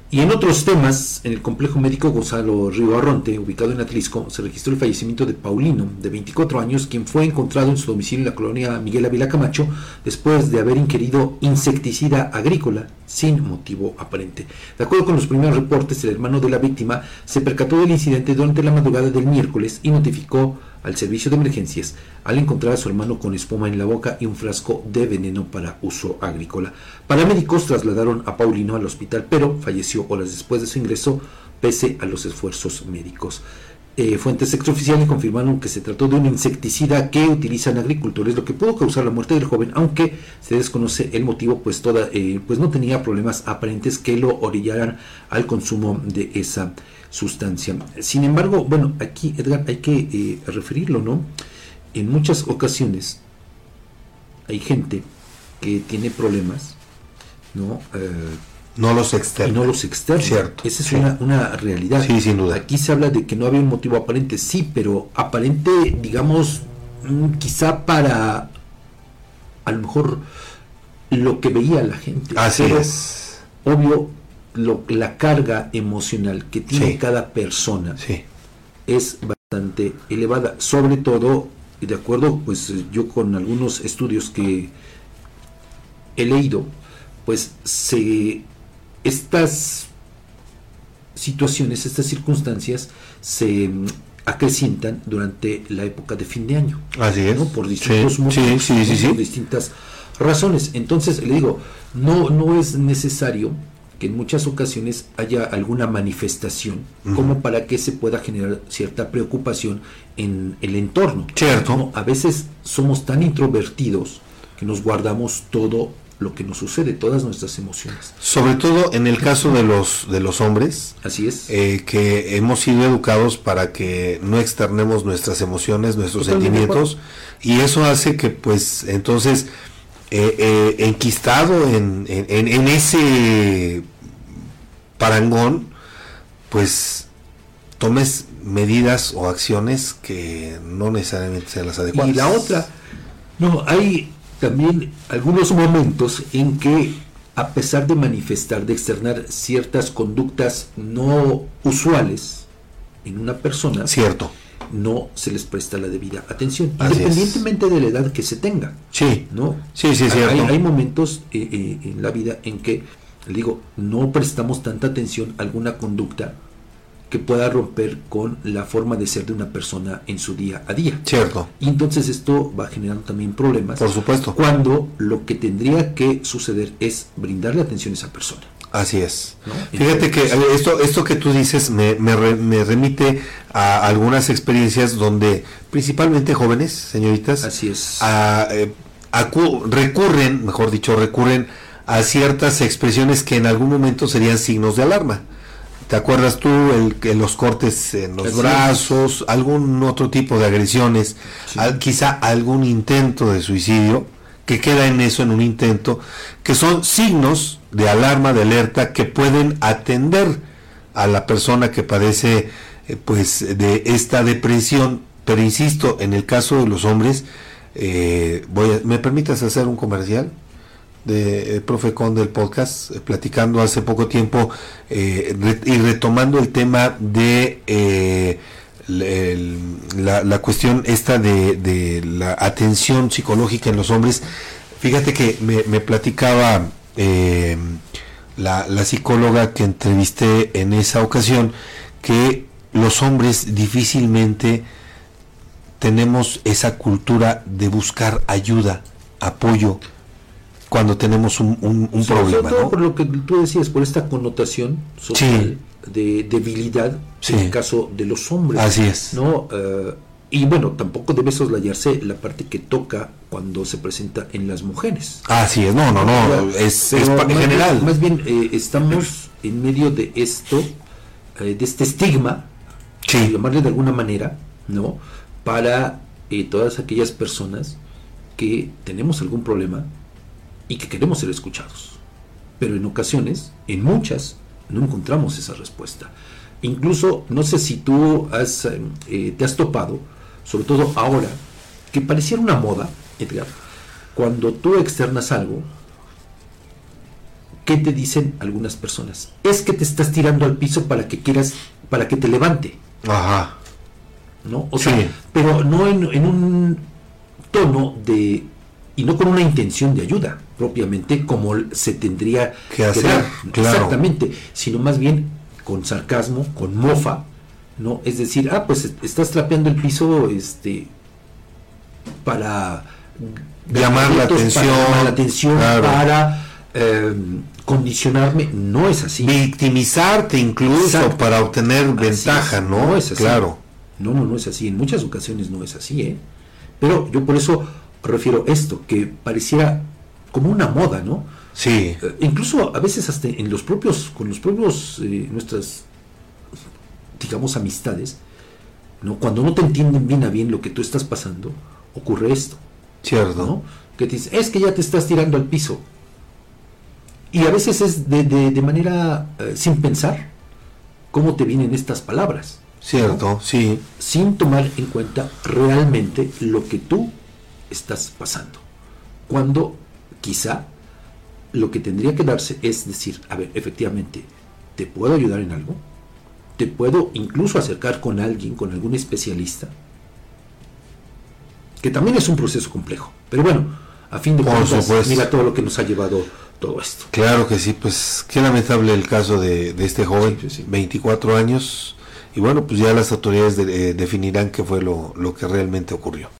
Y en otros temas, en el complejo médico Gonzalo Río Arronte, ubicado en Atlisco, se registró el fallecimiento de Paulino, de 24 años, quien fue encontrado en su domicilio en la colonia Miguel Ávila Camacho, después de haber ingerido insecticida agrícola sin motivo aparente. De acuerdo con los primeros reportes, el hermano de la víctima se percató del incidente durante la madrugada del miércoles y notificó al servicio de emergencias al encontrar a su hermano con espuma en la boca y un frasco de veneno para uso agrícola. Paramédicos trasladaron a Paulino al hospital, pero falleció horas después de su ingreso pese a los esfuerzos médicos. Fuentes extraoficiales confirmaron que se trató de un insecticida que utilizan agricultores, lo que pudo causar la muerte del joven, aunque se desconoce el motivo, pues no tenía problemas aparentes que lo orillaran al consumo de esa sustancia. Sin embargo, bueno, aquí, Edgar, hay que referirlo, ¿no? En muchas ocasiones hay gente que tiene problemas, ¿no? No los externos. Y no los externos. Cierto. Esa es una realidad. Sí, sin duda. Aquí se habla de que no había un motivo aparente, sí, pero aparente, digamos, quizá para a lo mejor lo que veía la gente. Así pero, es. Obvio, la carga emocional que tiene cada persona es bastante elevada. Sobre todo, de acuerdo, pues yo con algunos estudios que he leído, pues estas situaciones, estas circunstancias se acrecientan durante la época de fin de año. Así es. ¿No? Por distintos motivos, por distintas razones. Entonces, le digo, no es necesario que en muchas ocasiones haya alguna manifestación como para que se pueda generar cierta preocupación en el entorno. Cierto. ¿No? A veces somos tan introvertidos que nos guardamos todo lo que nos sucede, todas nuestras emociones. Sobre todo en el caso de los hombres. Así es. Que hemos sido educados para que no externemos nuestras emociones, nuestros sentimientos, y eso hace que, pues, entonces, enquistado en ese parangón, pues, tomes medidas o acciones que no necesariamente sean las adecuadas. Y la otra, hay también algunos momentos en que, a pesar de manifestar, de externar ciertas conductas no usuales en una persona, no se les presta la debida atención, independientemente de la edad que se tenga. ¿No? Hay momentos en la vida en que, digo, no prestamos tanta atención a alguna conducta que pueda romper con la forma de ser de una persona en su día a día. Y entonces esto va generando también problemas. Por supuesto. Cuando lo que tendría que suceder es brindarle atención a esa persona. Así es. ¿No? Fíjate que esto que tú dices me remite a algunas experiencias donde principalmente jóvenes, señoritas, así es, recurren a ciertas expresiones que en algún momento serían signos de alarma. ¿Te acuerdas tú los cortes en los brazos, algún otro tipo de agresiones, quizá algún intento de suicidio, que queda en eso, en un intento, que son signos de alarma, de alerta, que pueden atender a la persona que padece pues de esta depresión? Pero insisto, en el caso de los hombres, ¿me permitas hacer un comercial? De Profe Con del podcast, platicando hace poco tiempo y retomando el tema de la cuestión esta de la atención psicológica en los hombres. Fíjate que me platicaba la psicóloga que entrevisté en esa ocasión, que los hombres difícilmente tenemos esa cultura de buscar ayuda, apoyo, cuando tenemos un problema, sobre todo, ¿no? Por lo que tú decías, por esta connotación social de debilidad en el caso de los hombres. Así es. ¿No? Y bueno, tampoco debe soslayarse la parte que toca cuando se presenta en las mujeres. Así es, es general. Más bien, estamos en medio de esto, de este estigma, llamarle de alguna manera, ¿no? Para todas aquellas personas que tenemos algún problema y que queremos ser escuchados, pero en ocasiones, en muchas, no encontramos esa respuesta. Incluso, no sé si tú te has topado, sobre todo ahora, que pareciera una moda, Edgar, cuando tú externas algo ¿qué te dicen algunas personas? Es que te estás tirando al piso para que te levante. Ajá. ¿No? O sea, pero no en un tono de, y no con una intención de ayuda propiamente como se tendría que hacer, dar, claro. Exactamente, sino más bien con sarcasmo, con mofa, ¿no? Es decir, pues estás trapeando el piso para llamar la atención, claro. Para condicionarme. No es así. Victimizarte incluso. Exacto. Para obtener ventaja, ¿no? No es así. Claro. No es así. En muchas ocasiones no es así, Pero yo por eso refiero esto, que pareciera como una moda, ¿no? Sí. Incluso a veces hasta con los propios nuestras, digamos, amistades, ¿no? Cuando no te entienden bien a bien lo que tú estás pasando, ocurre esto. Cierto. ¿No? Que te dice, es que ya te estás tirando al piso. Y a veces es de manera sin pensar cómo te vienen estas palabras. Cierto, ¿no? Sí. Sin tomar en cuenta realmente lo que tú estás pasando. Cuando quizá lo que tendría que darse es decir, a ver, efectivamente, ¿te puedo ayudar en algo? ¿Te puedo incluso acercar con alguien, con algún especialista? Que también es un proceso complejo. Pero bueno, a fin de cuentas, mira todo lo que nos ha llevado todo esto. Claro que sí, pues qué lamentable el caso de este joven, sí. 24 años, y bueno, pues ya las autoridades definirán qué fue lo que realmente ocurrió.